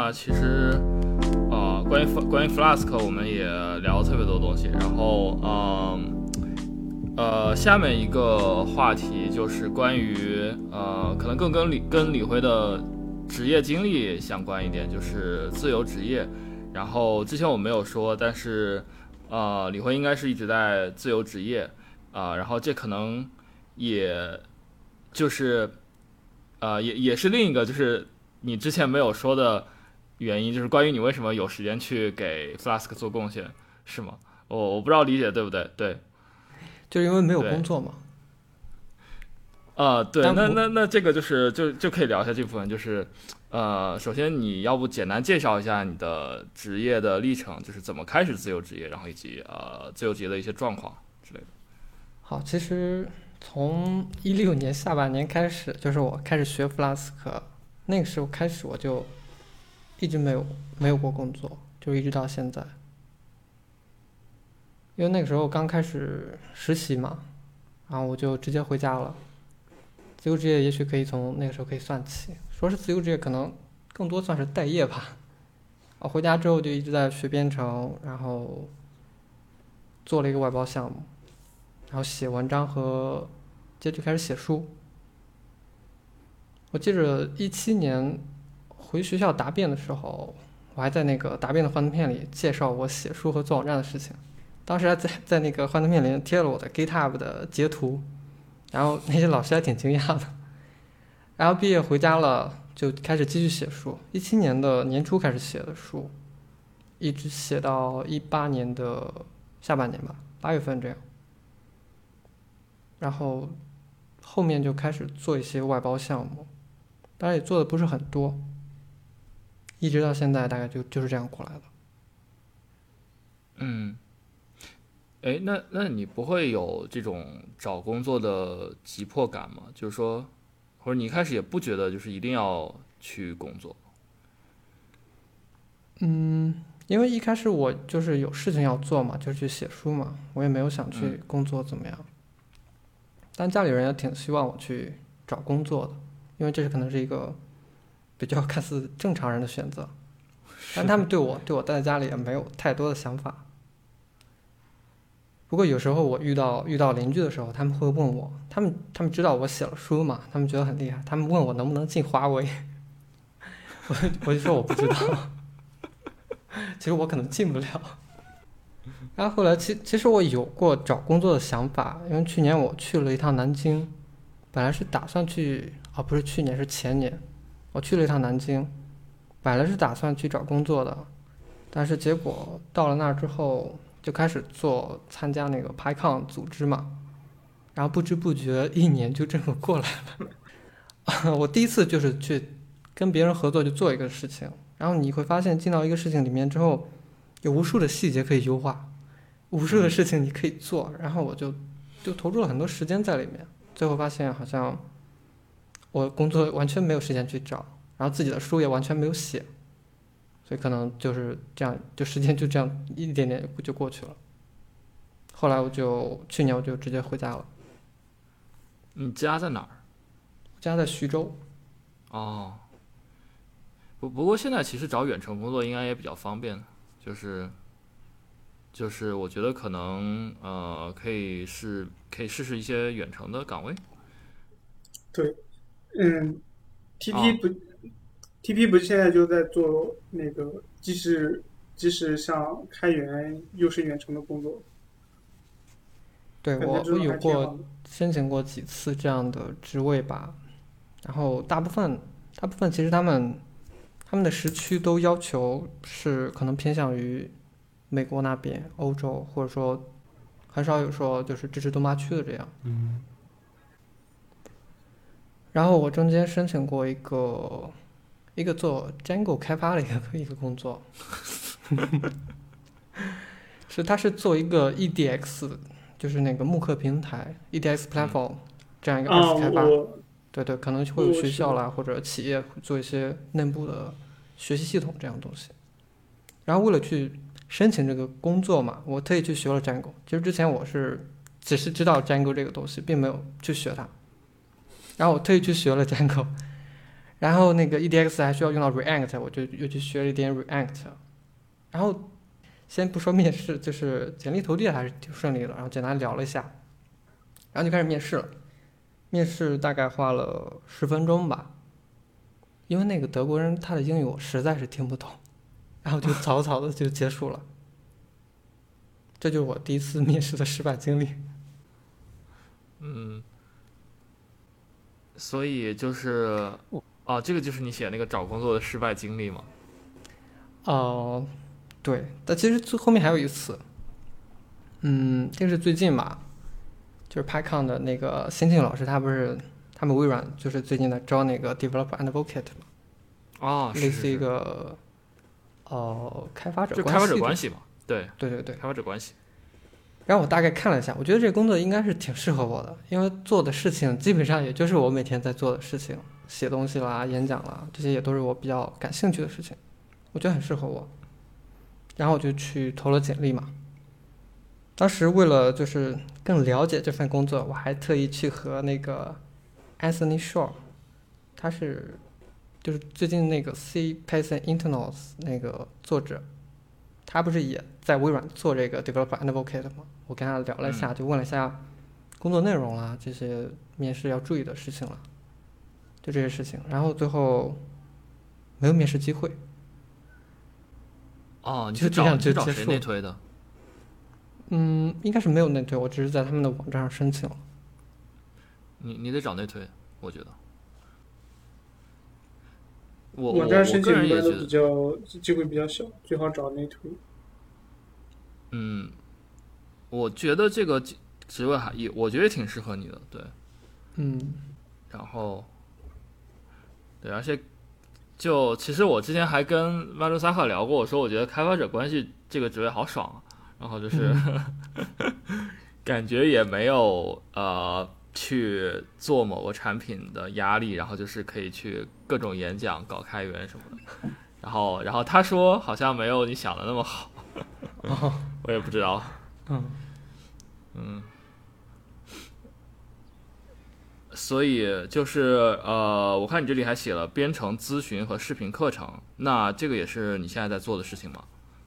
那其实关于 Flask 我们也聊了特别多东西，然后下面一个话题就是关于可能更跟李辉的职业经历相关一点，就是自由职业。然后之前我没有说，但是李辉应该是一直在自由职业然后这可能也就是也是另一个就是你之前没有说的原因，就是关于你为什么有时间去给 Flask 做贡献，是吗？我不知道理解对不对？对， 就是因为没有工作嘛。 对，那这个就可以聊一下这部分，就是首先你要不简单介绍一下你的职业的历程，就是怎么开始自由职业，然后以及自由职业的一些状况之类的。 好，其实从16年下半年开始，就是我开始学 Flask， 那个时候开始我就一直没有过工作，就一直到现在。因为那个时候刚开始实习嘛，然后我就直接回家了。自由职业也许可以从那个时候可以算起，说是自由职业可能更多算是待业吧。我回家之后就一直在学编程，然后做了一个外包项目，然后写文章和接着开始写书。我记着17年回学校答辩的时候，我还在那个答辩的幻灯片里介绍我写书和做网站的事情。当时还在那个幻灯片里贴了我的 GitHub 的截图，然后那些老师还挺惊讶的。然后毕业回家了，就开始继续写书。17年的年初开始写的书，一直写到18年的下半年吧，8月份这样。然后后面就开始做一些外包项目，当然也做的不是很多，一直到现在大概就是这样过来的。 那你不会有这种找工作的急迫感吗？就是说，或者你一开始也不觉得就是一定要去工作？ 因为一开始我就是有事情要做嘛，就是去写书嘛，我也没有想去工作怎么样。但家里人也挺希望我去找工作的，因为这是可能是一个比较看似正常人的选择，但他们对我待在家里也没有太多的想法。不过有时候我遇到邻居的时候，他们会问我，他们知道我写了书嘛，他们觉得很厉害，他们问我能不能进华为，我就说我不知道，其实我可能进不了。然后后来其实我有过找工作的想法，因为去年我去了一趟南京，本来是打算去不是去年是前年，我去了一趟南京，本来是打算去找工作的，但是结果到了那儿之后就开始参加那个 PyCon 组织嘛，然后不知不觉1年就这么过来了。我第一次就是去跟别人合作去做一个事情，然后你会发现进到一个事情里面之后，有无数的细节可以优化，无数的事情你可以做，然后我就投入了很多时间在里面，最后发现好像我工作完全没有时间去找，然后自己的书也完全没有写，所以可能就是这样，就时间就这样一点点就过去了。后来去年我就直接回家了。 你家在哪儿？ 家在徐州。 哦，不过现在其实找远程工作应该也比较方便，就是我觉得可能可以试试一些远程的岗位。 对，TP 不是现在就在做那个即使像开源又是远程的工作。 对，我有过申请过几次这样的职位吧，然后大部分其实他们的时区都要求是可能偏向于美国那边、欧洲，或者说很少有说就是支持东八区的这样。然后我中间申请过一个做 Django 开发的一个工作，它是做一个 EDX， 就是那个慕课平台 EDX platform 这样一个二次开发。对，可能会有学校啦或者企业做一些内部的学习系统这样的东西。然后为了去申请这个工作嘛，我特意去学了 Django。其实之前我只是知道 Django 这个东西，并没有去学它。然后我特意去学了 Django， 然后那个 EDX 还需要用到 React， 我就又去学了一点 React。然后先不说面试，就是简历投递还是挺顺利的，然后简单聊了一下，然后就开始面试了。面试大概花了10分钟吧，因为那个德国人他的英语我实在是听不懂，然后就草草的就结束了。这就是我第一次面试的失败经历。 所以就是这个就是你写那个找工作的失败经历吗？ 对，但其实最后面还有一次，这个是最近吧，就是 PyCon 的那个辛庆老师，他们微软就是最近在招那个 Developer Advocate 嘛，类似一个开发者关系， 就开发者关系嘛，对， 开发者关系。 然后我大概看了一下，我觉得这个工作应该是挺适合我的，因为做的事情基本上也就是我每天在做的事情，写东西啦、演讲啦，这些也都是我比较感兴趣的事情，我觉得很适合我。然后我就去投了简历嘛。当时为了就是更了解这份工作，我还特意去和那个 Anthony Shaw， 他是就是最近那个 C Python Internals 那个作者，他不是也在微软做这个 Developer Advocate 吗？我跟他聊了一下，就问了一下工作内容啦，这些面试要注意的事情了，就这些事情。然后最后没有面试机会。 你是找谁内推的？ 应该是没有内推，我只是在他们的网站上申请了。 你得找内推，我觉得。 网站申请一般都比较机会比较小，最好找内推。 我觉得这个职位我觉得挺适合你的，对。然后，对，而且其实我之前还跟曼珠萨克聊过，我说我觉得开发者关系这个职位好爽啊，然后就是感觉也没有去做某个产品的压力，然后就是可以去各种演讲、搞开源什么的。然后他说好像没有你想的那么好，我也不知道。所以就是我看你这里还写了编程咨询和视频课程，那这个也是你现在在做的事情吗？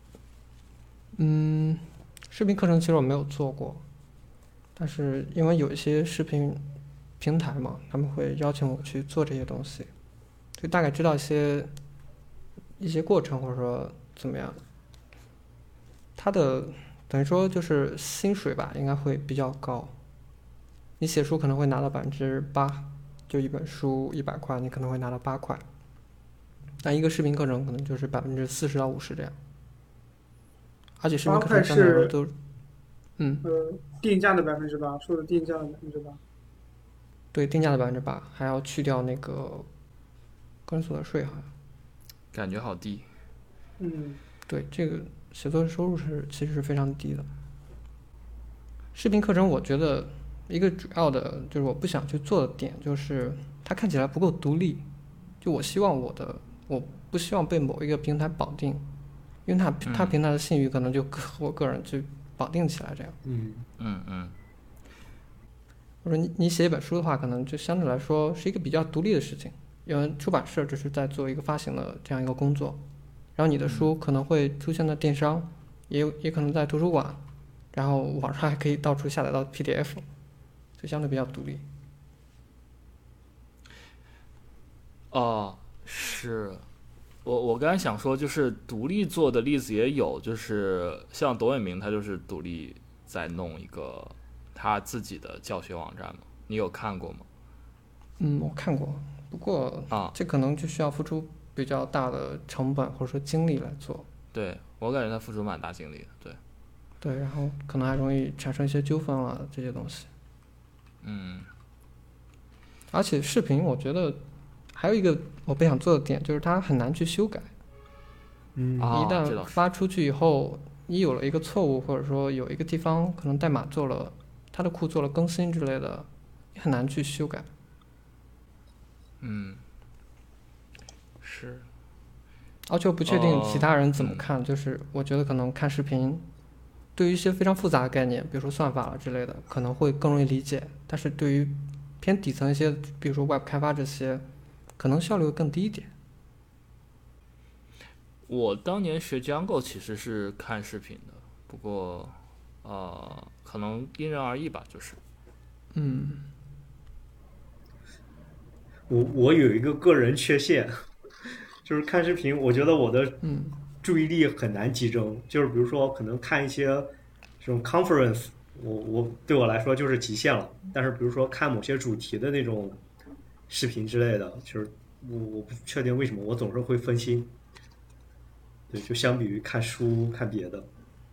视频课程其实我没有做过，但是因为有一些视频平台嘛，他们会邀请我去做这些东西，就大概知道一些过程，或者说怎么样。它的等于说就是薪水吧，应该会比较高。你写书可能会拿到8%，就一本书100块，你可能会拿到8块。但一个视频课程可能就是40%到50%这样。而且视频课程相对来说都， 定价的8%，说的定价的8%。 对，定价的8%，还要去掉那个个人所得税，好像。 感觉好低。 对，这个写作收入其实是非常低的。视频课程我觉得一个主要的就是我不想去做的点就是它看起来不够独立，就我希望我不希望被某一个平台绑定，因为它平台的信誉可能就和我个人去绑定起来这样。或者你写一本书的话，可能就相对来说是一个比较独立的事情，因为出版社只是在做一个发行的这样一个工作，然后你的书可能会出现在电商，也可能在图书馆，然后网上还可以到处下载到 PDF， 就相对比较独立。 是。我刚才想说，就是独立做的例子也有，就是像董伟明他就是独立在弄一个他自己的教学网站嘛，你有看过吗？ 我看过，不过这可能就需要付出比较大的成本或者说精力来做。 对，我感觉他付出蛮大精力的， 对，然后可能还容易产生一些纠纷了这些东西。而且视频我觉得还有一个我不想做的点就是它很难去修改。一旦发出去以后，你有了一个错误，或者说有一个地方可能代码它的库做了更新之类的，很难去修改。 是。 而且我不确定其他人怎么看，就是我觉得可能看视频对于一些非常复杂的概念，比如说算法了之类的，可能会更容易理解，但是对于偏底层一些比如说 Web 开发这些， 可能效率会更低一点。 我当年学 Django 其实是看视频的，不过可能因人而异吧，就是。 我有一个个人缺陷，就是看视频，我觉得我的注意力很难集中。就是比如说，可能看一些这种 conference，我对我来说就是极限了。但是比如说看某些主题的那种视频之类的，就是我不确定为什么我总是会分心。对，就相比于看书看别的。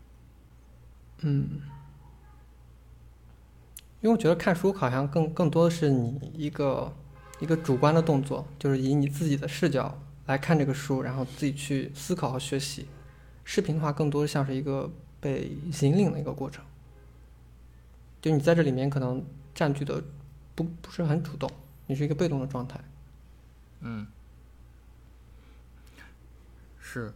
因为我觉得看书好像更多的是你一个主观的动作，就是以你自己的视角来看这个书，然后自己去思考和学习。视频的话，更多的像是一个被引领的一个过程，就你在这里面可能占据的不是很主动，你是一个被动的状态。 是，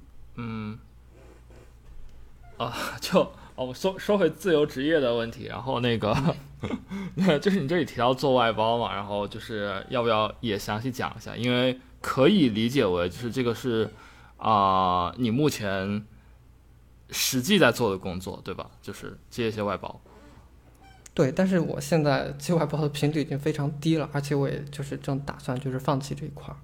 我说回自由职业的问题，然后那个就是你这里提到做外包嘛，然后就是要不要也详细讲一下？因为可以理解为就是这个是你目前实际在做的工作，对吧？就是接一些外包。 对，但是我现在接外包的频率已经非常低了，而且我也就是正打算就是放弃这一块。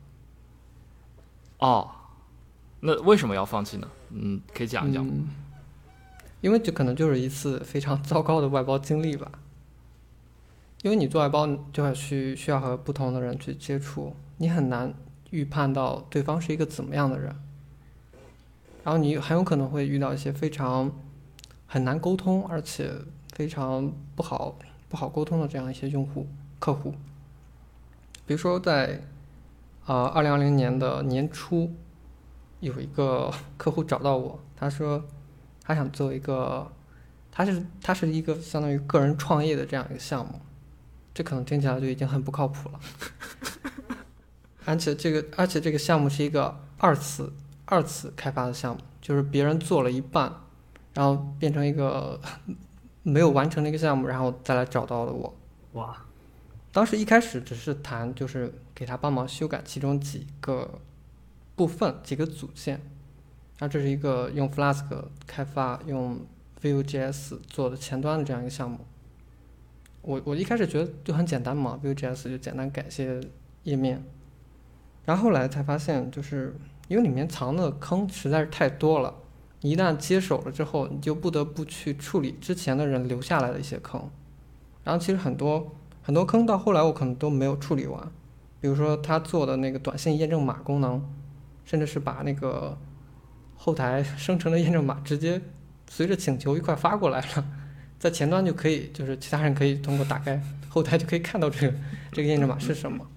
那为什么要放弃呢？可以讲一讲。 因为这可能就是一次非常糟糕的外包经历吧。因为你做外包就需要和不同的人去接触，你很难预判到对方是一个怎么样的人，然后你很有可能会遇到一些很难沟通，而且非常不好沟通的这样一些客户。比如说在2020年的年初，有一个客户找到我，他说他想做一个，他是一个相当于个人创业的这样一个项目，这可能听起来就已经很不靠谱了。而且这个项目是一个二次开发的项目，就是别人做了一半，然后变成一个没有完成的一个项目，然后再来找到了我。 哇！ 当时一开始只是谈，就是给他帮忙修改其中几个部分、几个组件。然后这是一个用 Flask 开发、用 Vue.js 做的前端的这样一个项目。我一开始觉得就很简单嘛 ，Vue.js 就简单改些页面。然后后来才发现，就是因为里面藏的坑实在是太多了，你一旦接手了之后，你就不得不去处理之前的人留下来的一些坑。然后其实很多坑到后来我可能都没有处理完，比如说他做的那个短信验证码功能，甚至是把那个后台生成的验证码直接随着请求一块发过来了，在前端就可以，就是其他人可以通过打开后台就可以看到这个验证码是什么。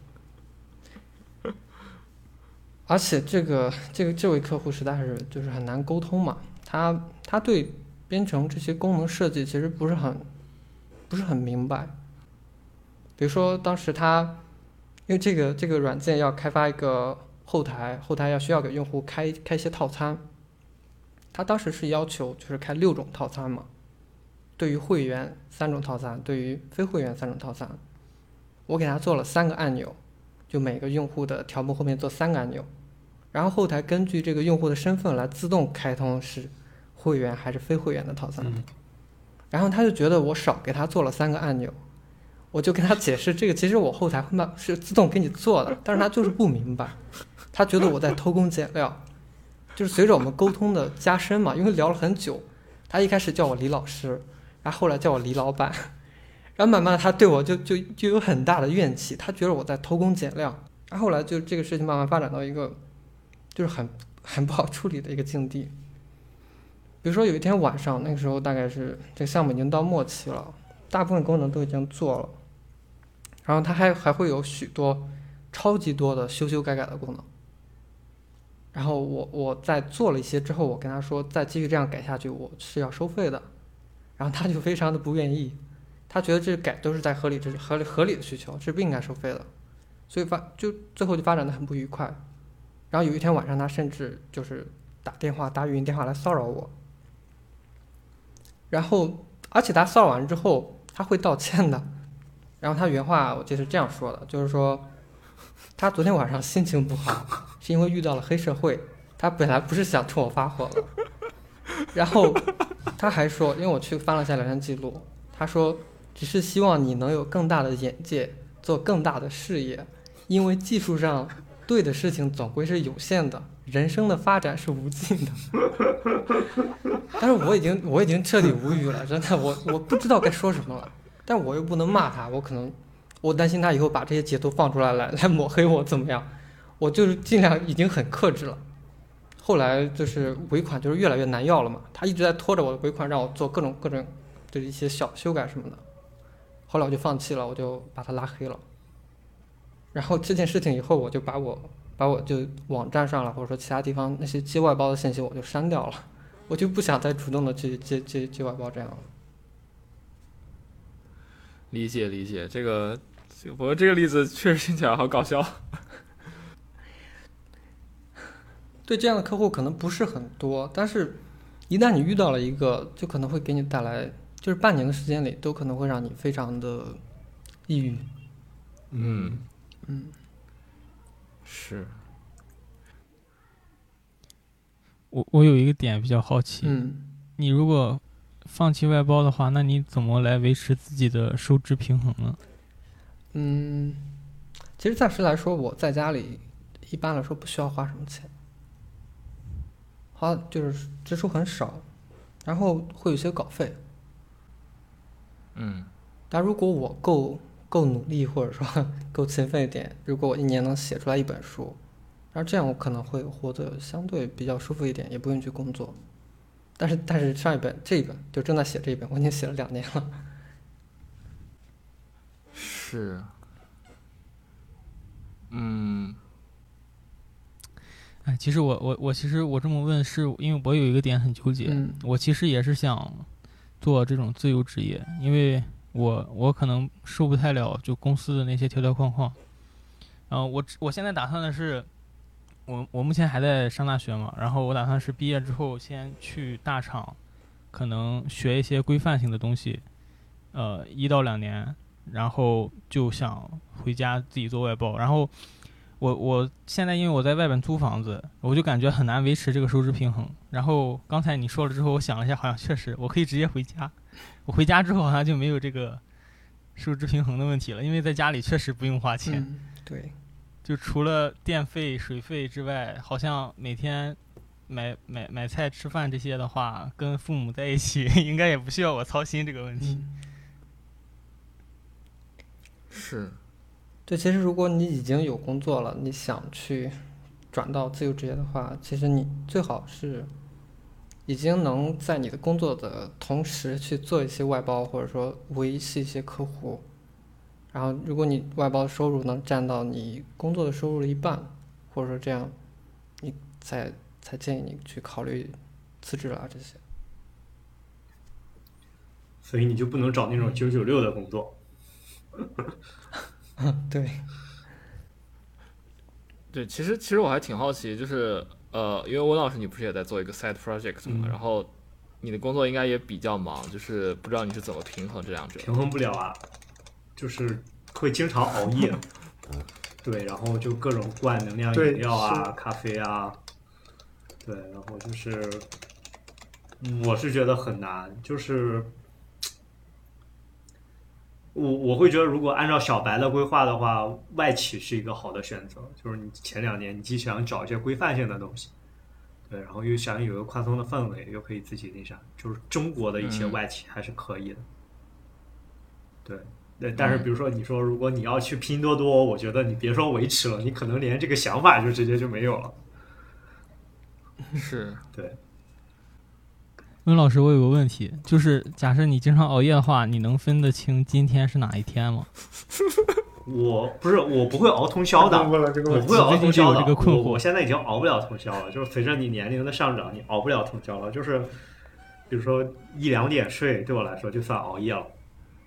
而且这位客户实在是就是很难沟通嘛，他对编程这些功能设计其实不是很明白。比如说当时因为这个软件要开发一个后台要需要给用户开一些套餐，他当时是要求就是开6种套餐嘛，对于会员3种套餐，对于非会员3种套餐。我给他做了3个按钮，就每个用户的条目后面做3个按钮，然后后台根据这个用户的身份来自动开通是会员还是非会员的套餐。然后他就觉得我少给他做了3个按钮，我就跟他解释这个其实我后台是自动给你做的，但是他就是不明白，他觉得我在偷工减料。就是随着我们沟通的加深嘛，因为聊了很久，他一开始叫我李老师，然后后来叫我李老板，然后慢慢的他对我就有很大的怨气，他觉得我在偷工减料。然后后来就这个事情慢慢发展到一个就是很不好处理的一个境地。比如说有一天晚上，那个时候大概是这个项目已经到末期了，大部分功能都已经做了，然后它还会有许多超级多的修改的功能。然后我在做了一些之后，我跟他说再继续这样改下去我是要收费的，然后他就非常的不愿意，他觉得这改都是在合理的需求，是不应该收费的，所以最后就发展的很不愉快。然后有一天晚上，他甚至就是打语音电话来骚扰我，然后而且他骚扰完之后他会道歉的。然后他原话我记得是这样说的，就是说他昨天晚上心情不好，是因为遇到了黑社会。他本来不是想冲我发火的，然后他还说，因为我去翻了一下聊天记录，他说只是希望你能有更大的眼界，做更大的事业，因为技术上对的事情总归是有限的，人生的发展是无尽的。但是我已经彻底无语了，真的，我不知道该说什么了，但我又不能骂他，我担心他以后把这些截图放出来抹黑我怎么样，我就是尽量已经很克制了。后来就是尾款就是越来越难要了嘛，他一直在拖着我的尾款让我做各种就是一些小修改什么的，后来我就放弃了，我就把他拉黑了。然后这件事情以后，我就把我就网站上了或者说其他地方那些接外包的信息我就删掉了，我就不想再主动的去接外包这样了。 理解这个，不过这个例子确实听起来好搞笑。 对，这样的客户可能不是很多，但是一旦你遇到了一个，就可能会给你带来，就是半年的时间里都可能会让你非常的抑郁。 是。 我有一个点比较好奇，你如果放弃外包的话，那你怎么来维持自己的收支平衡呢？ 其实暂时来说，我在家里一般来说不需要花什么钱。就是支出很少，然后会有一些稿费。但如果我够努力或者说够勤奋一点，如果我一年能写出来一本书，然后这样我可能会活得相对比较舒服一点，也不用去工作。但是上一本这一本就正在写这一本，我已经写了2年了。 是。 其实我这么问是因为我有一个点很纠结，我其实也是想做这种自由职业，因为我可能受不太了就公司的那些条条框框。然后我现在打算的是，我目前还在上大学嘛，然后我打算是毕业之后先去大厂，可能学一些规范性的东西，1到2年，然后就想回家自己做外包。然后我现在因为我在外边租房子，我就感觉很难维持这个收支平衡。然后刚才你说了之后，我想了一下，好像确实我可以直接回家。我回家之后好像就没有这个收支平衡的问题了，因为在家里确实不用花钱。 对， 就除了电费、水费之外，好像每天买菜吃饭这些的话，跟父母在一起应该也不需要我操心这个问题。 是。 对，其实如果你已经有工作了，你想去转到自由职业的话，其实你最好是已经能在你的工作的同时去做一些外包，或者说维系一些客户。然后如果你外包的收入能占到你工作的收入的一半，或者说这样，你才建议你去考虑辞职了这些。 所以你就不能找那种996的工作。 对， 其实我还挺好奇，就是因为温老师你不是也在做一个 side project 嘛，然后你的工作应该也比较忙，就是不知道你是怎么平衡这两者。 平衡不了啊，就是会经常熬夜。对，然后就各种灌能量饮料啊、咖啡啊。对，然后就是我是觉得很难，就是我会觉得，如果按照小白的规划的话，外企是一个好的选择。就是你前2年你既想找一些规范性的东西，对，然后又想有一个宽松的氛围，又可以自己那啥，就是中国的一些外企还是可以的。对，但是比如说你说如果你要去拼多多，我觉得你别说维持了，你可能连这个想法就直接就没有了。 是， 对。 温老师，我有个问题，就是假设你经常熬夜的话，你能分得清今天是哪一天吗？ 我不会熬通宵的，我不会熬通宵的。我现在已经熬不了通宵了，就是随着你年龄的上涨，你熬不了通宵了。就是比如说1-2点睡，对我来说就算熬夜了。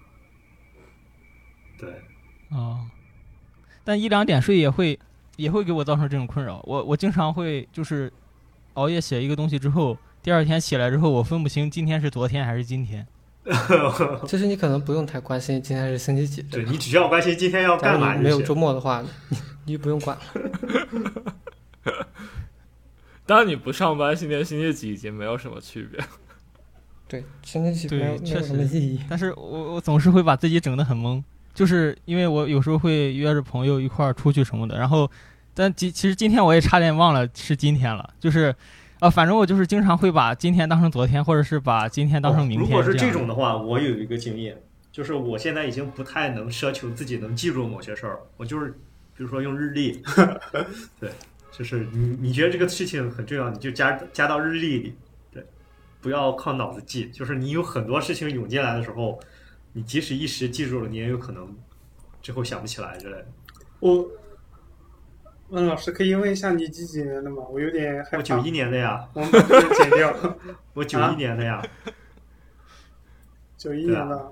对。 但1-2点睡也会给我造成这种困扰。我经常会就是熬夜写一个东西之后，第2天起来之后，我分不清今天是昨天还是今天。 其实你可能不用太关心今天是星期几， 对，你只需要关心今天要干嘛。 没有周末的话，你就不用管了。 当你不上班，今天星期几已经没有什么区别。 对，星期几没有什么意义。 但是我总是会把自己整得很懵，就是因为我有时候会约着朋友一块儿出去什么的，然后但其实今天我也差点忘了是今天了，就是反正我就是经常会把今天当成昨天，或者是把今天当成明天。 如果是这种的话，我有一个经验，就是我现在已经不太能奢求自己能记住某些事儿，我就是比如说用日历，对，就是你觉得这个事情很重要，你就加到日历里，对，不要靠脑子记，就是你有很多事情涌进来的时候，你即使一时记住了，你也有可能之后想不起来之类的。 问老师可以问一下你几年的吗？我有点害怕。 我91年的呀。 我们把这个剪掉。 我91年的呀。 91年的。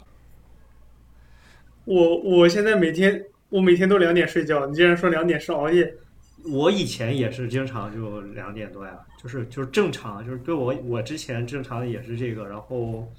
我现在每天都2点睡觉，你竟然说2点是熬夜？ 我以前也是经常就2点多呀，就是正常，就是对我之前正常也是这个，然后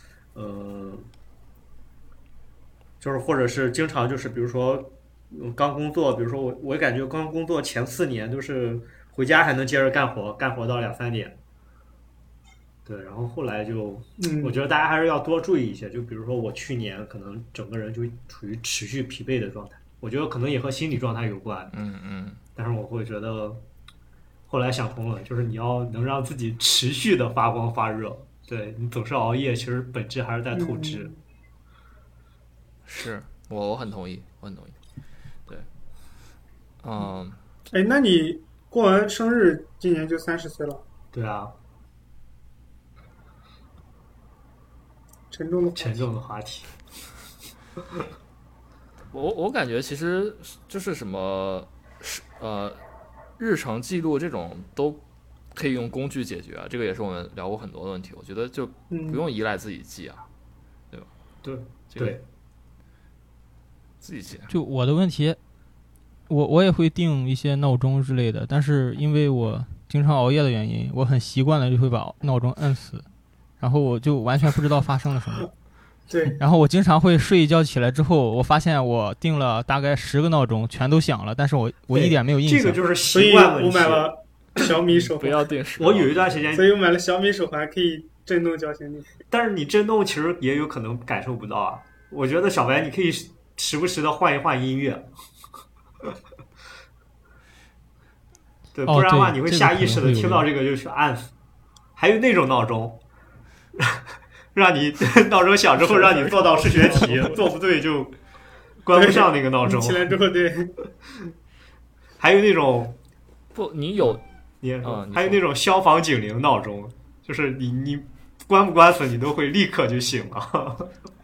就是或者是经常就是比如说刚工作，比如说我感觉刚工作前4年就是回家还能接着干活到2、3点。对，然后后来就，我觉得大家还是要多注意一些。就比如说我去年可能整个人就处于持续疲惫的状态，我觉得可能也和心理状态有关。但是我会觉得，后来想通了，就是你要能让自己持续的发光发热。对，你总是熬夜，其实本质还是在透支。 是我很同意，对， 哎，那你过完生日，今年就30岁了？ 对啊。 沉重的话题。 我感觉其实就是什么日程记录这种都可以用工具解决啊，这个也是我们聊过很多的问题。我觉得就不用依赖自己记啊，对吧？ 对， 自己记。 就我的问题，我也会定一些闹钟之类的，但是因为我经常熬夜的原因，我很习惯了就会把闹钟摁死。然后我就完全不知道发生了什么。 对。 然后我经常会睡一觉起来之后，我发现我定了大概10个闹钟，全都响了，但是我一点没有印象。 这个就是习惯问题。 所以我买了小米手环， 不要定时。 我有一段时间， 所以我买了小米手环，可以震动叫醒你。 但是你震动其实也有可能感受不到啊。我觉得小白你可以时不时的换一换音乐。对，不然的话你会下意识的听到这个就去按。还有那种闹钟，让你闹钟响之后让你做到数学题，做不对就关不上那个闹钟。 起来之后，对。 还有那种还有那种消防警铃闹钟，就是你关不关死你都会立刻就醒了。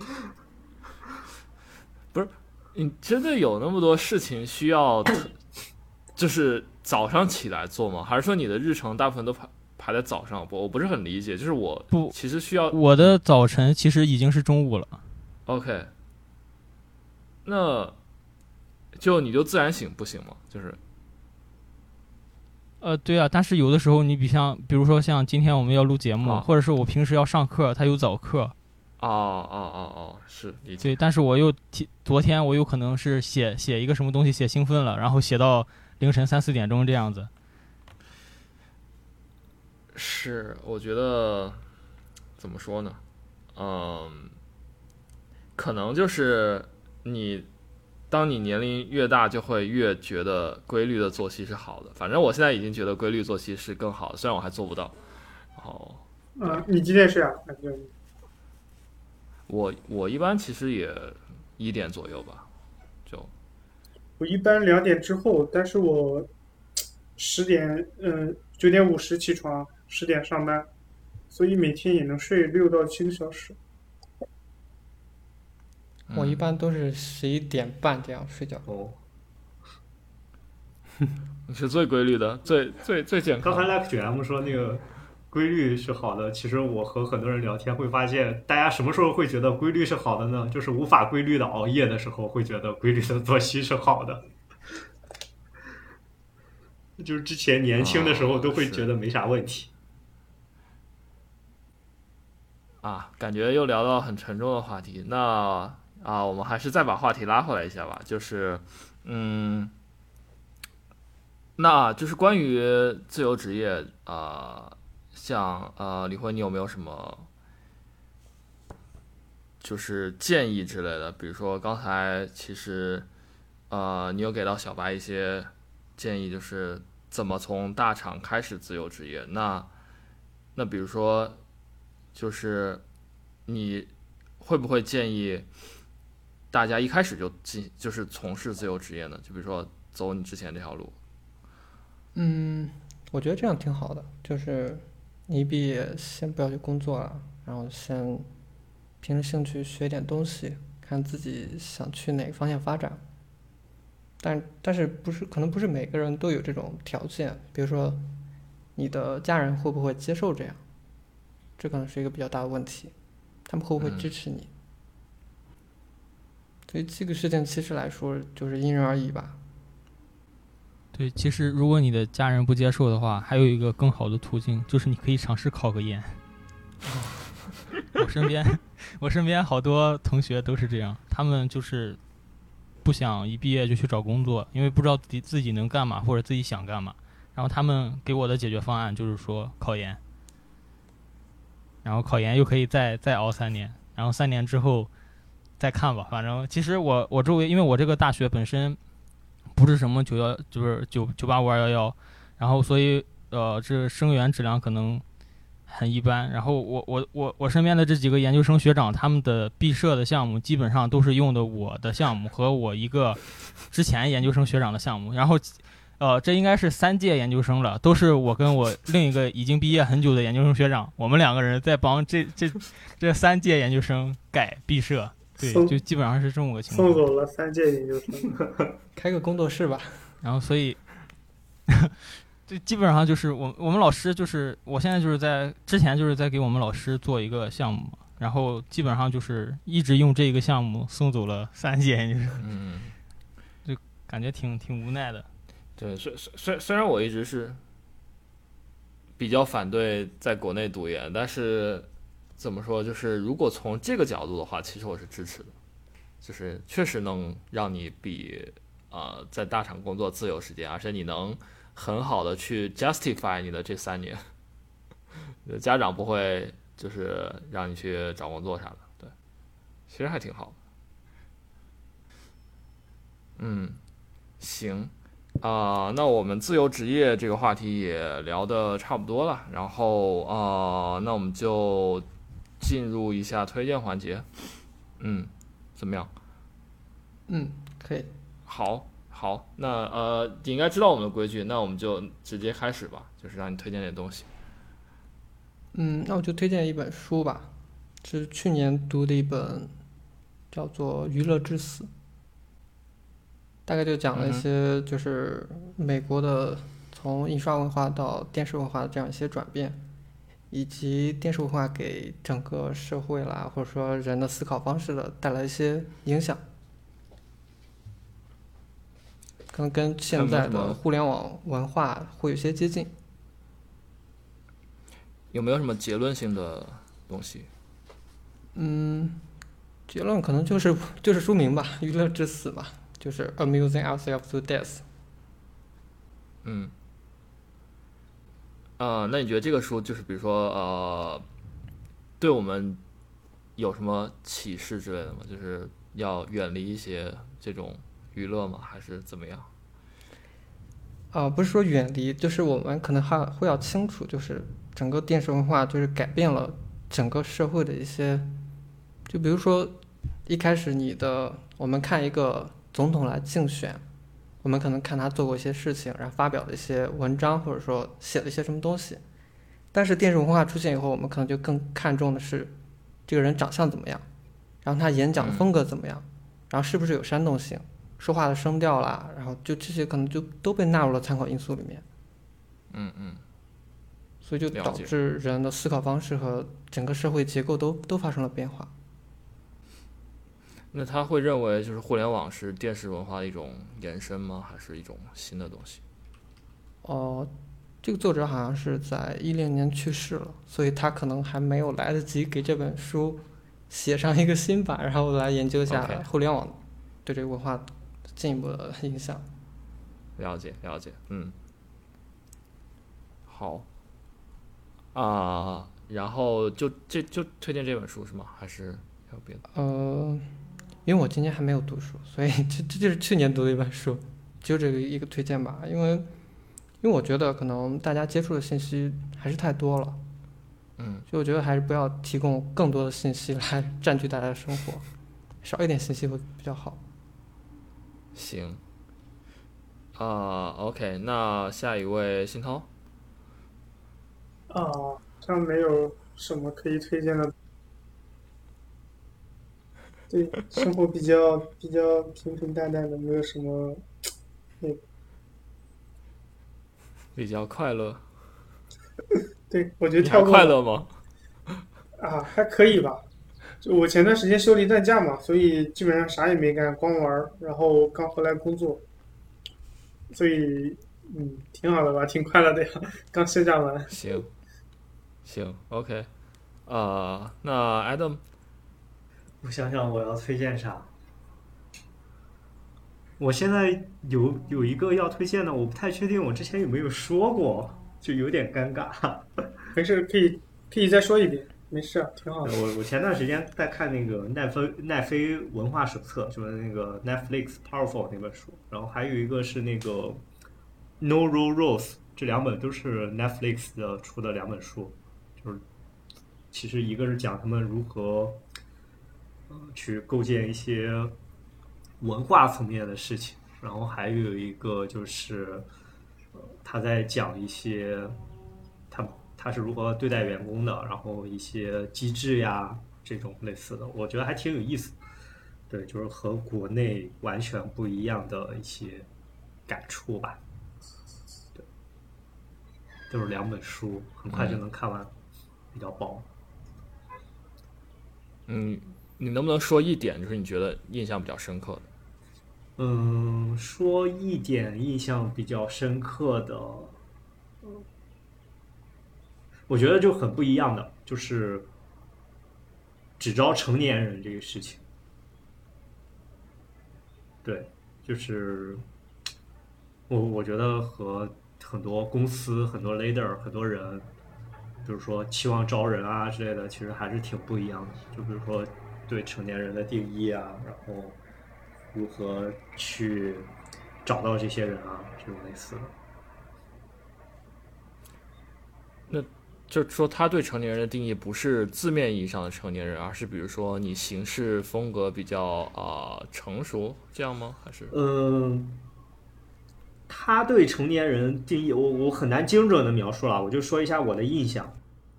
不是，你真的有那么多事情需要，就是早上起来做吗？还是说你的日程大部分都排在早上？我不是很理解，就是其实需要我的早晨其实已经是中午了。 OK， 那你就自然醒不行吗？就是对啊，但是有的时候你比如说像今天我们要录节目，或者是我平时要上课，他有早课。 是理解。 对，但是我又昨天我有可能是写一个什么东西写兴奋了，然后写到凌晨3、4点钟这样子。 是，我觉得怎么说呢？可能就是当你年龄越大，就会越觉得规律的作息是好的。反正我现在已经觉得规律作息是更好的，虽然我还做不到。然后， 你几点睡啊？ 我一般其实也1点左右吧， 我一般2点之后，但是我9点50起床，10点上班，所以每天也能睡6到7个小时。 我一般都是11点半这样睡觉。 你是最规律的，最健康。 刚才 9M 说那个规律是好的，其实我和很多人聊天会发现，大家什么时候会觉得规律是好的呢？就是无法规律的熬夜的时候，会觉得规律的作息是好的。就是之前年轻的时候都会觉得没啥问题。 感觉又聊到很沉重的话题。那我们还是再把话题拉回来一下吧，就是那就是关于自由职业像李辉，你有没有什么就是建议之类的？比如说刚才其实你有给到小白一些建议，就是怎么从大厂开始自由职业。那比如说就是你会不会建议大家一开始就是从事自由职业呢？就比如说走你之前这条路。 我觉得这样挺好的，就是你一毕业先不要去工作了，然后先凭着兴趣学点东西，看自己想去哪个方向发展。但是可能不是每个人都有这种条件，比如说你的家人会不会接受这样，这可能是一个比较大的问题，他们会不会支持你？所以这个事情其实来说就是因人而异吧。 对，其实如果你的家人不接受的话，还有一个更好的途径，就是你可以尝试考个研。我身边好多同学都是这样，他们就是不想一毕业就去找工作，因为不知道自己能干嘛或者自己想干嘛。然后他们给我的解决方案就是说考研，然后考研又可以再熬3年，然后3年之后再看吧。反正其实我周围，因为我这个大学本身不是什么就是985-211，然后所以这生源质量可能很一般。然后我身边的这几个研究生学长，他们的毕设的项目基本上都是用的我的项目和我一个之前研究生学长的项目。然后这应该是3届研究生了，都是我跟我另一个已经毕业很久的研究生学长，我们2个人在帮这3届研究生改毕设。对，就基本上是这么个情况。 送走了3届研究生， 开个工作室吧。 然后所以就基本上就是我们老师，就是我现在就是之前就是在给我们老师做一个项目，然后基本上就是一直用这个项目送走了3届研究生。就感觉挺无奈的。 对，虽然我一直是比较反对在国内读研，但是怎么说，就是如果从这个角度的话，其实我是支持的，就是确实能让你比在大厂工作自由时间，而且你能很好的去 justify 你的这3年，家长不会就是让你去找工作啥的，对，其实还挺好的。行。那我们自由职业这个话题也聊得差不多了，然后那我们就进入一下推荐环节。怎么样？ 可以。 好，那你应该知道我们的规矩，那我们就直接开始吧，就是让你推荐点东西。 那我就推荐一本书吧，是去年读的一本，叫做《娱乐至死》。大概就讲了一些就是美国的从印刷文化到电视文化的这样一些转变，以及电视文化给整个社会啦，或者说人的思考方式的带来一些影响，可能跟现在的互联网文化会有些接近。 有没有什么结论性的东西？ 结论可能就是书名吧，娱乐至死嘛，就是 amusing ourselves to death。 那你觉得这个书就是比如说对我们有什么启示之类的吗？就是要远离一些这种娱乐吗？还是怎么样？ 不是说远离，就是我们可能还会要清楚，就是整个电视文化就是改变了整个社会的一些，就比如说一开始我们看一个总统来竞选，我们可能看他做过一些事情，然后发表的一些文章，或者说写了一些什么东西。但是电视文化出现以后，我们可能就更看重的是这个人长相怎么样，然后他演讲的风格怎么样，然后是不是有煽动性，说话的声调啦，然后就这些可能就都被纳入了参考因素里面。所以就导致人的思考方式和整个社会结构都发生了变化。 那他会认为就是互联网是电视文化的一种延伸吗？还是一种新的东西？ 这个作者好像是在2010年去世了，所以他可能还没有来得及给这本书写上一个新版，然后来研究一下互联网对这个文化进一步的影响。 了解，好然后就推荐这本书是吗？还是还有别的？ 因为我今年还没有读书，所以这就是去年读的一本书，就这个一个推荐吧。因为我觉得可能大家接触的信息还是太多了，所以我觉得还是不要提供更多的信息来占据大家的生活，少一点信息会比较好。 行，OK， 那下一位新涛。 好像没有什么可以推荐的。对，生活比较平平淡淡的，没有什么比较快乐。 对，我觉得跳过。 你还快乐吗？ 还可以吧。就我前段时间休了一段假嘛，所以基本上啥也没干，光玩，然后刚回来工作，所以挺好的吧，挺快乐的呀，刚休假完。 行 ，OK， 那 Adam， 我想想我要推荐啥。我现在有一个要推荐的，我不太确定我之前有没有说过，就有点尴尬。 没事，可以再说一遍，没事，挺好的。 我前段时间在看那个奈飞文化手册，就是那个 Netflix Powerful 那本书，然后还有一个是那个 No Rule Rules， 这两本都是 Netflix 的出的两本书，就是其实一个是讲他们如何去构建一些文化层面的事情，然后还有一个就是他在讲一些他是如何对待员工的，然后一些机制呀这种类似的，我觉得还挺有意思。对，就是和国内完全不一样的一些感触吧。对，都是两本书，很快就能看完，比较薄。 你能不能说一点，就是你觉得印象比较深刻的？ 说一点印象比较深刻的，我觉得就很不一样的，就是只招成年人这个事情。对，就是我觉得和很多公司、很多 leader、很多人，比如说期望招人啊之类的，其实还是挺不一样的。就比如说对成年人的定义啊，然后如何去找到这些人啊，这种类似的。 那就是说，他对成年人的定义不是字面意义上的成年人，而是比如说你行事风格比较成熟，这样吗？还是他对成年人定义，我很难精准的描述了，我就说一下我的印象，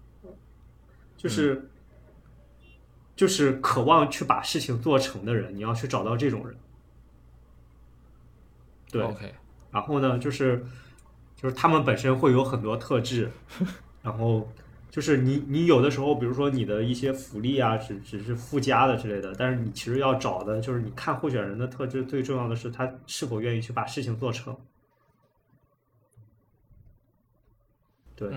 就是渴望去把事情做成的人，你要去找到这种人。对 ，OK。 然后呢，就是他们本身会有很多特质，然后就是你有的时候，比如说你的一些福利啊，只是附加的之类的，但是你其实要找的就是你看候选人的特质，最重要的是他是否愿意去把事情做成。对，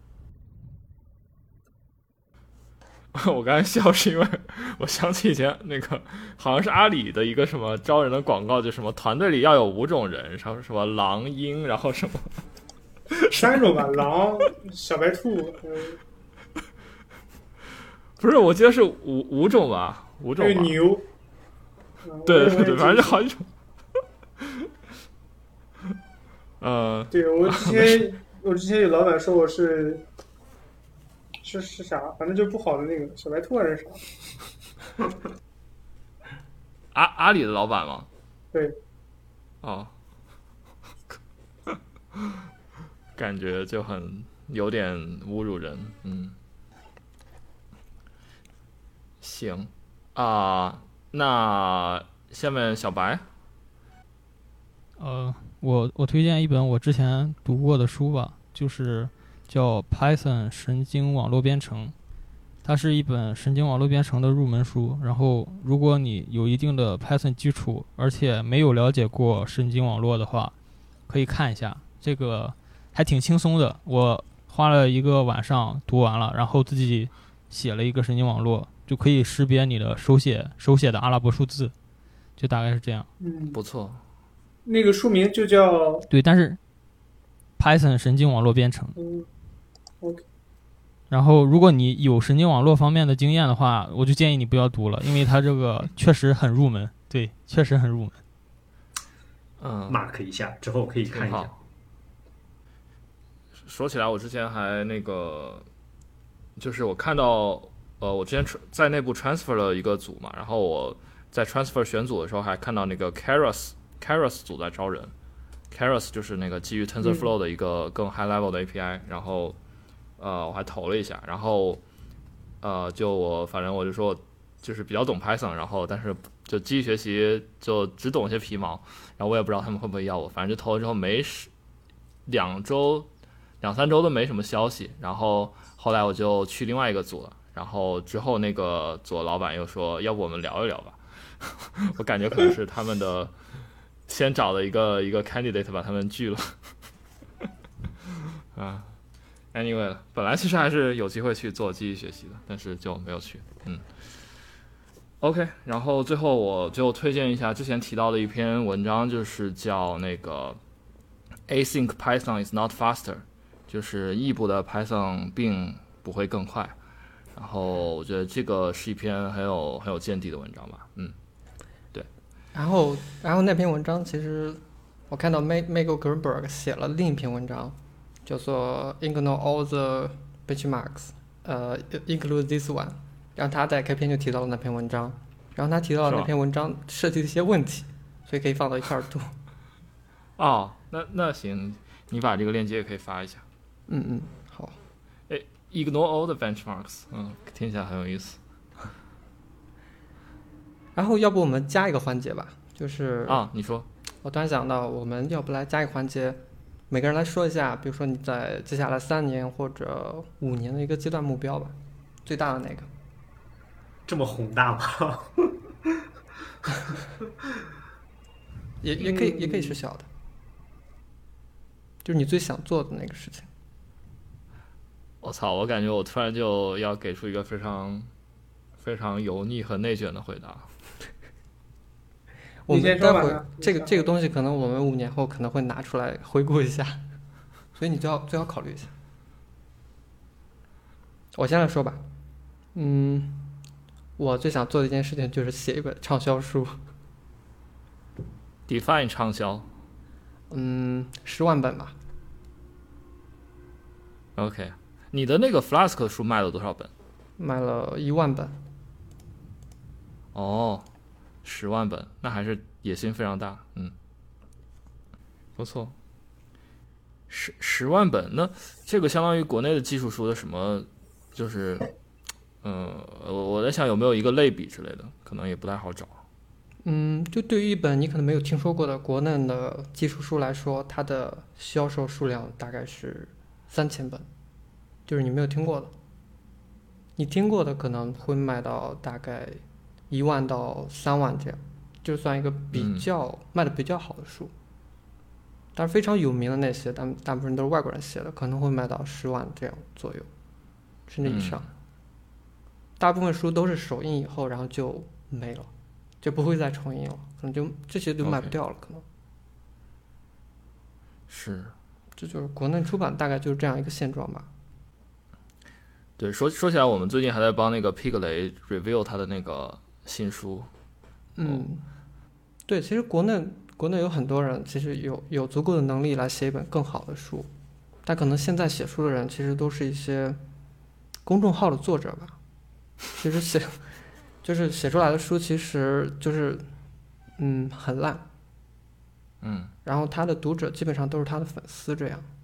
我刚才笑是因为我想起以前那个好像是阿里的一个什么招人的广告，就什么团队里要有5种人，然后什么狼鹰，然后什么 3种吧，狼、小白兔， 不是，我记得是五种吧，5种吧。 牛。 对，反正就好几种。 对，我之前有老板说我是啥，反正就不好的那个小白兔还是啥。 阿里的老板吗？ 对。 哦，感觉就有点侮辱人。行那下面小白。 我推荐一本我之前读过的书吧，就是叫 Python 神经网络编程，它是一本神经网络编程的入门书。然后如果你有一定的 Python 基础，而且没有了解过神经网络的话，可以看一下。这个还挺轻松的。我花了一个晚上读完了，然后自己写了一个神经网络，就可以识别你的手写的阿拉伯数字，就大概是这样。 不错。 那个书名就叫对，但是 Python 神经网络编程。 OK。 然后，如果你有神经网络方面的经验的话，我就建议你不要读了，因为它这个确实很入门。对，确实很入门。 mark 一下，之后可以看一下。 说起来，我之前还就是我看到，我之前在内部 transfer 了一个组嘛，然后我在 transfer 选组的时候还看到那个 Keras 组在招人。Keras 就是那个基于 TensorFlow 的一个更 high level 的 API，然后我还投了一下，然后反正我就说就是比较懂 Python， 然后但是就机器学习就只懂一些皮毛，然后我也不知道他们会不会要我，反正就投了之后没2、3周都没什么消息，然后后来我就去另外一个组了，然后之后那个组的老板又说要不我们聊一聊吧。我感觉可能是他们的先找了一个 candidate 把他们拒了。Anyway， 本来其实还是有机会去做机器学习的，但是就没有去。OK， 然后最后我就推荐一下之前提到的一篇文章，就是叫那个 Async Python is not faster， 就是异步的 Python 并不会更快。然后我觉得这个是一篇很有见地的文章吧。对。 然后那篇文章其实我看到 Michael Gerberg 写了另一篇文章，叫做 Ignore all the benchmarks， include this one。然后他在开篇就提到了那篇文章，然后他提到了那篇文章涉及的一些问题，所以可以放到一块儿读。 那行，你把这个链接也可以发一下。 好。 Ignore all the benchmarks， 听起来很有意思。 然后要不我们加一个环节吧，就是你说。 我突然想到，我们要不来加一个环节，每个人来说一下，比如说你在接下来3年或者5年的一个阶段目标吧，最大的那个。 这么宏大吗？ 也可以是小的，就是你最想做的那个事情。 我操！我感觉我突然就要给出一个非常非常油腻和内卷的回答。 我们待会儿这个东西可能我们5年后可能会拿出来回顾一下，所以你最好考虑一下。我先来说吧，我最想做的一件事情就是写一本畅销书。 Define 畅销。 10万本吧。 OK， 你的那个 Flask 书卖了多少本？ 卖了1万本。 10万本，那还是野心非常大。不错。10万本，那这个相当于国内的技术书的什么？就是，我在想有没有一个类比之类的，可能也不太好找。 就对于一本你可能没有听说过的国内的技术书来说，它的销售数量大概是3000本，就是你没有听过的。你听过的可能会卖到大概1万到3万这样，就算一个卖的比较好的书。但是非常有名的那些，大部分都是外国人写的，可能会卖到10万这样左右，甚至以上。大部分书都是首印以后，然后就没了，就不会再重印了，可能就这些就卖不掉了，可能。 是， 这就是国内出版大概就是这样一个现状吧。 对，说起来，我们最近还在帮那个 Piglet review 他的那个新书。 对，其实国内有很多人其实有足够的能力来写一本更好的书，但可能现在写书的人其实都是一些公众号的作者吧。其实写出来的书其实就是很烂。然后他的读者基本上都是他的粉丝这样。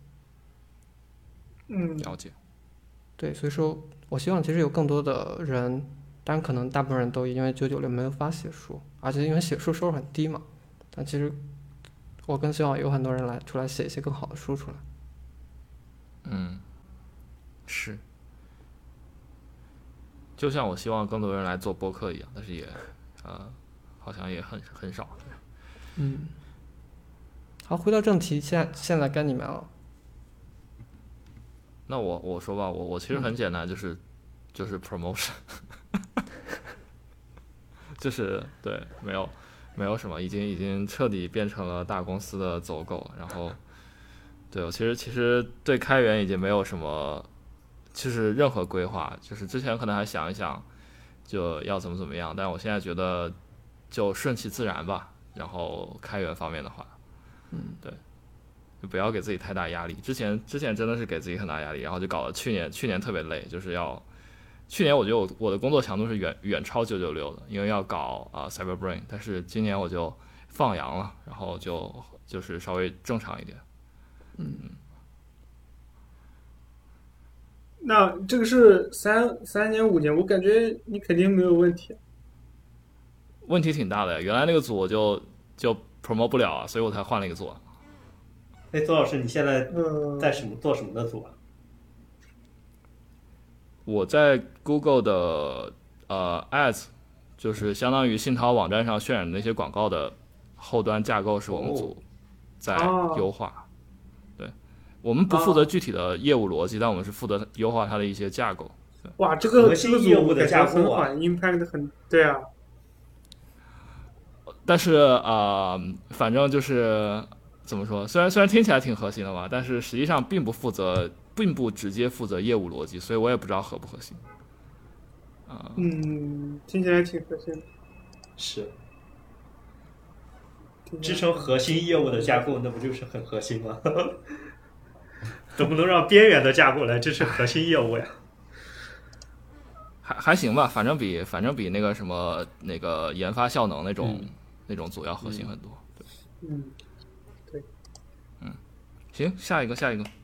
了解。 对，所以说我希望其实有更多的人，当然可能大部分人都因为996没有法写书，而且因为写书收入很低嘛，但其实我更希望有很多人出来写一些更好的书出来。 是，就像我希望更多人来做播客一样，但是也好像也很少。 好，回到正题，现在该你们了。 那我说吧，我其实很简单，就是 promotion， 就是对，没有什么，已经彻底变成了大公司的走狗。然后，对我其实对开源已经没有什么，就是任何规划。就是之前可能还想一想，就要怎么样，但我现在觉得就顺其自然吧。然后开源方面的话，对。就不要给自己太大压力。之前真的是给自己很大压力，然后就搞得去年特别累，就是去年我觉得我的工作强度是远超996的，因为要搞Cyberbrain， 但是今年我就放羊了，然后就是稍微正常一点。 那这个是三年5年，我感觉你肯定没有问题。 问题挺大的呀，原来那个组我就 promote 不了啊，所以我才换了一个组。 哎，左老师，你现在在做什么的组啊？ 我在 Google 的Ads， 就是相当于信淘网站上渲染的那些广告的后端架构是我们组在优化。对，我们不负责具体的业务逻辑，但我们是负责优化它的一些架构。 哇，这个业务的架构啊 ，impact 很对啊。 但是反正就是怎么说，虽然听起来挺核心的吧，但是实际上并不直接负责业务逻辑，所以我也不知道核不核心。 听起来挺核心的。 是。支撑核心业务的架构，那不就是很核心吗？怎么能让边缘的架构来支持核心业务呀？ 还行吧，反正比那个什么那个研发效能那种组要核心很多。 对。 行，下一个。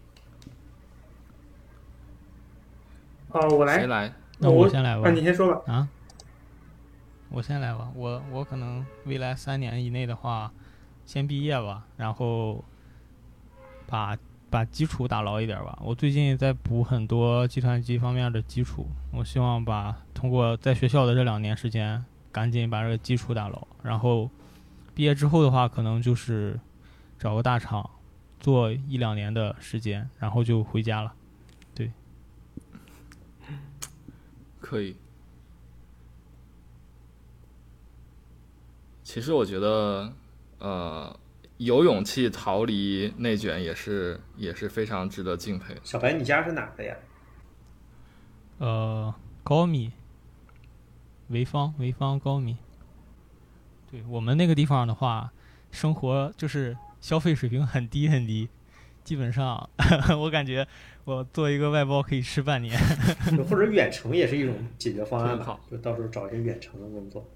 我来。 谁来？ 那我先来吧。 你先说吧。 啊，我先来吧。我可能未来3年以内的话，先毕业吧，然后把基础打牢一点吧。我最近在补很多计算机方面的基础，我希望通过在学校的这2年时间，赶紧把这个基础打牢。然后毕业之后的话，可能就是找个大厂做1-2年的时间，然后就回家了。对， 可以。其实我觉得，有勇气逃离内卷也是非常值得敬佩的。 小白，你家是哪的呀？ 高密，潍坊高密。对，我们那个地方的话，生活就是消费水平很低很低，基本上我感觉我做一个外包可以吃半年。 或者远程也是一种解决方案吧，就到时候找一些远程的工作。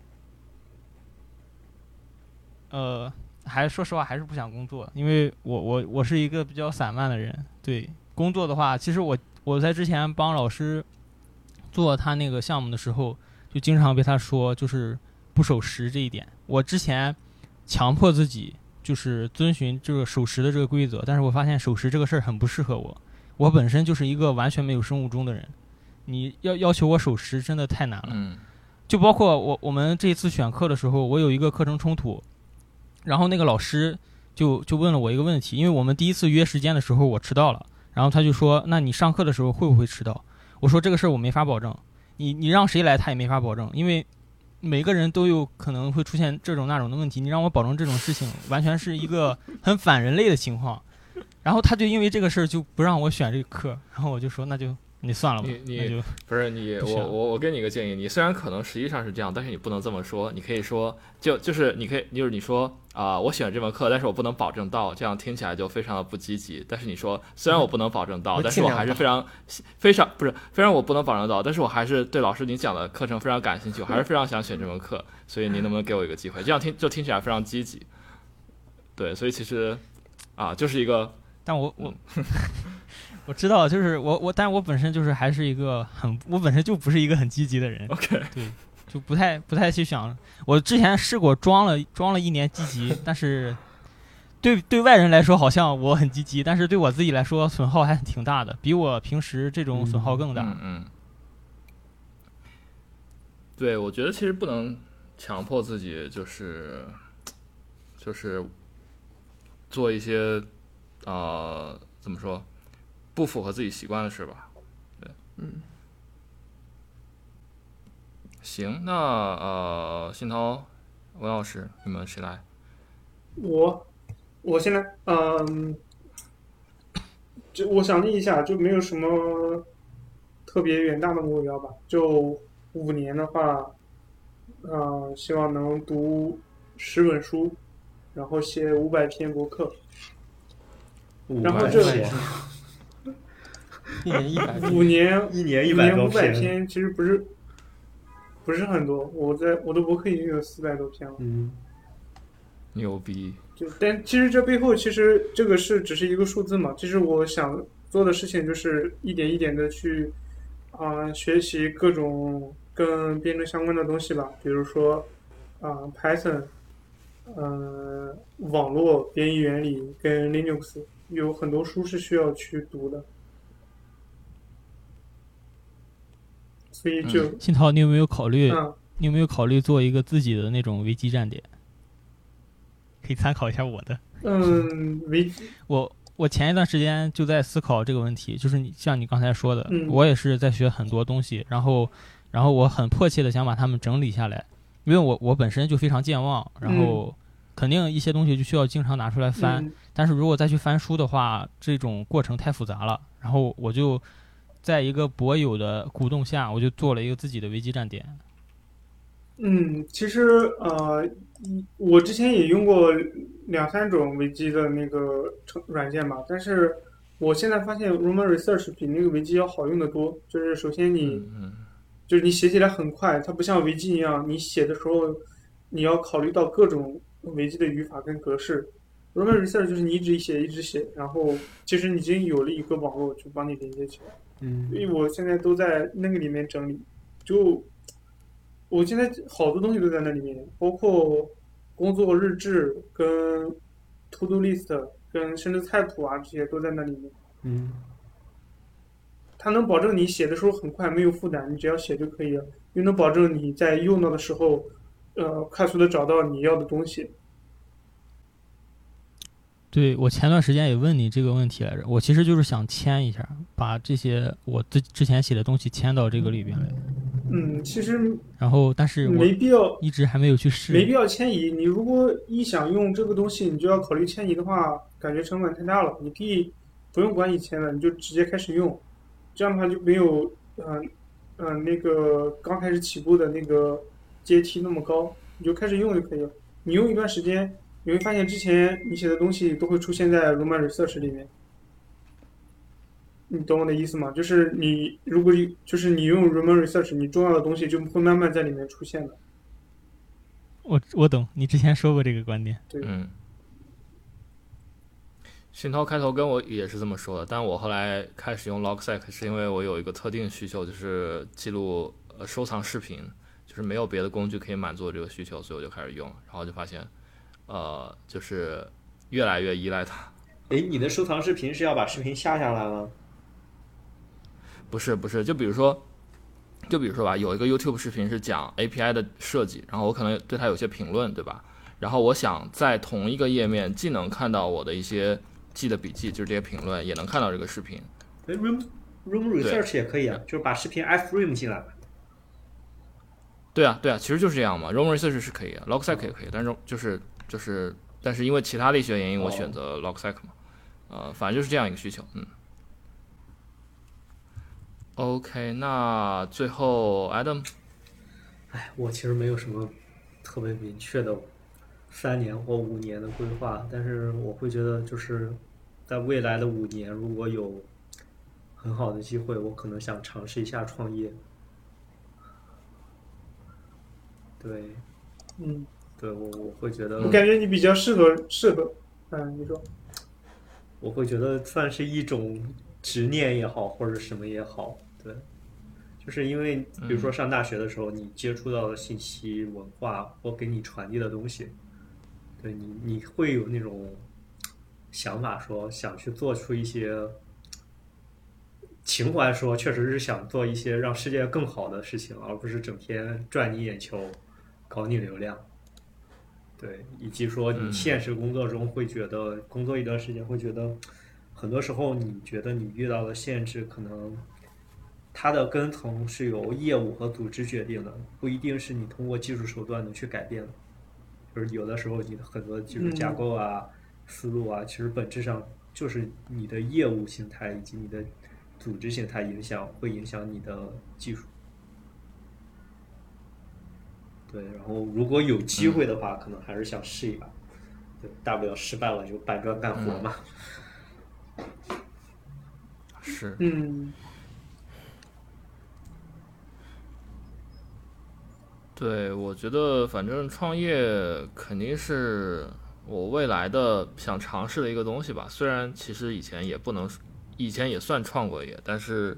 说实话还是不想工作，因为我是一个比较散漫的人。对，工作的话，其实我在之前帮老师做他那个项目的时候，就经常被他说就是不守时这一点。我之前强迫自己就是遵循这个守时的这个规则，但是我发现守时这个事儿很不适合我。我本身就是一个完全没有生物钟的人，你要求我守时真的太难了。就包括我们这一次选课的时候，我有一个课程冲突。然后那个老师就问了我一个问题，因为我们第一次约时间的时候我迟到了，然后他就说，那你上课的时候会不会迟到？我说这个事儿我没法保证，你让谁来他也没法保证，因为每个人都有可能会出现这种那种的问题，你让我保证这种事情完全是一个很反人类的情况。然后他就因为这个事儿就不让我选这个课，然后我就说那就你算了吧。 你不是你我给你一个建议，你虽然可能实际上是这样，但是你不能这么说，你可以说就是你可以就是你说我选这门课，但是我不能保证到，这样听起来就非常的不积极。但是你说虽然我不能保证到，但是我还是非常我不能保证到，但是我还是对老师你讲的课程非常感兴趣，我还是非常想选这门课，所以您能不能给我一个机会？这样听起来非常积极。对，所以其实就是一个， 但我我知道，就是但是我本身就是还是一个我本身就不是一个很积极的人。 OK， 对，就不太去想。我之前试过装了1年积极，但是对外人来说好像我很积极，但是对我自己来说损耗还挺大的，比我平时这种损耗更大。 对，我觉得其实不能强迫自己，就是做一些怎么说？ 不符合自己习惯的事吧。对，行，那信涛、文老师，你们谁来？ 我现在就我想了一下，就没有什么特别远大的目标吧。就5年的话，希望能读10本书，然后写500篇博客。然后这一年100篇 ，5年 100多篇，其实不是很多。我的博客已经有400多篇了。 牛逼！ 但其实这背后，其实这个只是一个数字嘛。其实我想做的事情就是一点一点的去学习各种跟编程相关的东西吧，比如说Python，网络编译原理跟 Linux 有很多书是需要去读的，所以就信涛，你有没有考虑做一个自己的那种维基站点？可以参考一下我的。我前一段时间就在思考这个问题，就是像你刚才说的，我也是在学很多东西，然后我很迫切的想把它们整理下来，因为我本身就非常健忘，然后肯定一些东西就需要经常拿出来翻，但是如果再去翻书的话，这种过程太复杂了，然后我就在一个博友的鼓动下，我就做了一个自己的维基站点。 其实我之前也用过2-3种维基的那个软件吧，但是我现在发现 Roman Research 比那个维基要好用得多。就是首先就是你写起来很快，它不像维基一样，你写的时候你要考虑到各种维基的语法跟格式。Roman Research 就是你一直写，然后其实你已经有了一个网络就帮你连接起来。所以我现在都在那个里面整理，我现在好多东西都在那里面，包括工作日志跟 to do list 跟甚至菜谱这些都在那里面。它能保证你写的时候很快，没有负担，你只要写就可以了，又能保证你在用到的时候，快速的找到你要的东西。 对，我前段时间也问你这个问题来着，我其实就是想签一下，把这些我之前写的东西签到这个里边来。 其实， 然后但是没必要， 一直还没有去试。 没必要迁移。你如果一想用这个东西，你就要考虑迁移的话，感觉成本太大了。你可以不用管以前了，你就直接开始用，这样的话就没有那个刚开始起步的那个阶梯那么高，你就开始用就可以了。你用一段时间，你会发现之前你写的东西都会出现在 Roman Research 里面。你懂我的意思吗？就是你如果就是你用 Roman Research， 你重要的东西就会慢慢在里面出现的。 我懂，你之前说过这个观点。 对， 信涛开头跟我也是这么说的，但我后来开始用 Logseq 是因为我有一个特定需求，就是记录收藏视频，就是没有别的工具可以满足这个需求，所以我就开始用，然后就发现就是越来越依赖它。 你的收藏视频是要把视频下来吗？ 不是，就比如说吧，有一个 YouTube 视频是讲 API 的设计，然后我可能对它有些评论，对吧？然后我想在同一个页面既能看到我的一些记的笔记，就是这些评论，也能看到这个视频。 Room Research 也可以啊，就是把视频 iframe 进来。 对啊，其实就是这样嘛。Room Research 是可以的 ，Logseq 也可以，但是但是因为其他的一些原因，我选择 Logseq 嘛。反正就是这样一个需求。OK， 那最后 Adam， 我其实没有什么特别明确的3年或5年的规划，但是我会觉得就是在未来的5年，如果有很好的机会，我可能想尝试一下创业。对，对我会觉得， 我感觉你比较适合，你说， 我会觉得算是一种执念也好，或者什么也好。对，就是因为比如说上大学的时候，你接触到的信息、文化或给你传递的东西，对你会有那种想法，说想去做出一些情怀，说确实是想做一些让世界更好的事情，而不是整天赚你眼球、搞你流量。对，以及说你现实工作中会觉得，工作一段时间会觉得很多时候你觉得你遇到的限制，可能它的根从是由业务和组织决定的，不一定是你通过技术手段能去改变的。就是有的时候你的很多技术架构啊、思路啊，其实本质上就是你的业务形态以及你的组织形态会影响你的技术。对，然后如果有机会的话，可能还是想试一把。对，大不了失败了就搬砖干活嘛。 是。对，我觉得反正创业肯定是我未来的想尝试的一个东西吧。虽然其实以前也算创过业，但是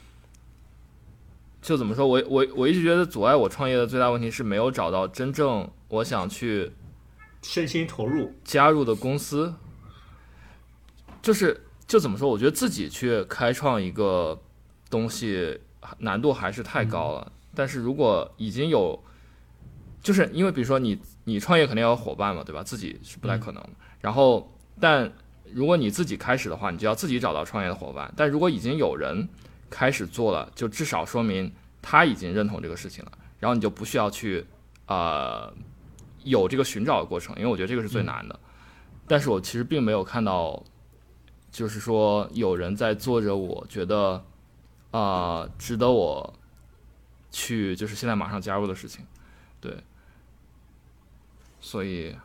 就怎么说，我一直觉得阻碍我创业的最大问题是没有找到真正我想去身心投入加入的公司。就怎么说，我觉得自己去开创一个东西难度还是太高了。但是如果已经有，就是因为比如说你创业肯定要有伙伴嘛，对吧？自己是不太可能的。然后，但如果你自己开始的话，你就要自己找到创业的伙伴。但如果已经有人开始做了，就至少说明他已经认同这个事情了，然后你就不需要去有这个寻找的过程，因为我觉得这个是最难的。但是我其实并没有看到，就是说有人在做着我觉得值得我去就是现在马上加入的事情。对，所以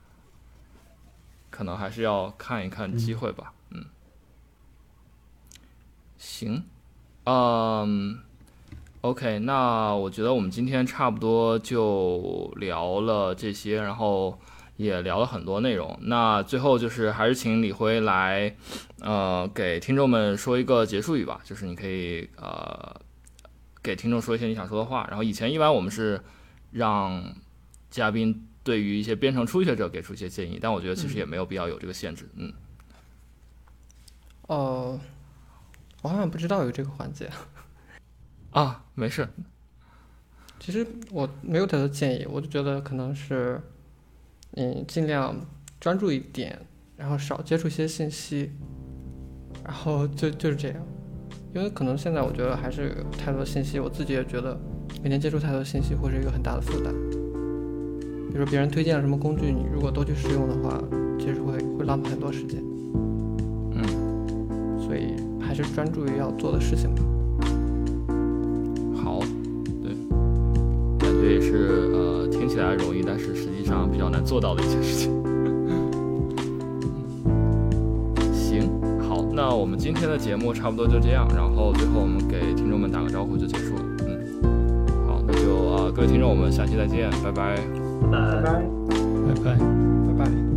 可能还是要看一看机会吧。行，OK， 那我觉得我们今天差不多就聊了这些，然后也聊了很多内容。那最后就是还是请李辉来给听众们说一个结束语吧，就是你可以给听众说一些你想说的话。然后以前一般我们是让嘉宾对于一些编程初学者给出一些建议，但我觉得其实也没有必要有这个限制。 我好像不知道有这个环节啊，没事。 其实我没有太多建议，我就觉得可能是尽量专注一点，然后少接触一些信息，然后就是这样。因为可能现在我觉得还是有太多信息，我自己也觉得每天接触太多信息会是一个很大的负担。比如说别人推荐了什么工具，你如果都去使用的话，其实会浪费很多时间。所以还是专注于要做的事情吧。 好，对，感觉也是听起来容易，但是实际上比较难做到的一件事情。行，好，那我们今天的节目差不多就这样，然后最后我们给听众们打个招呼就结束了。好，那就各位听众，我们下期再见，拜拜， 拜拜， 拜拜， 拜拜。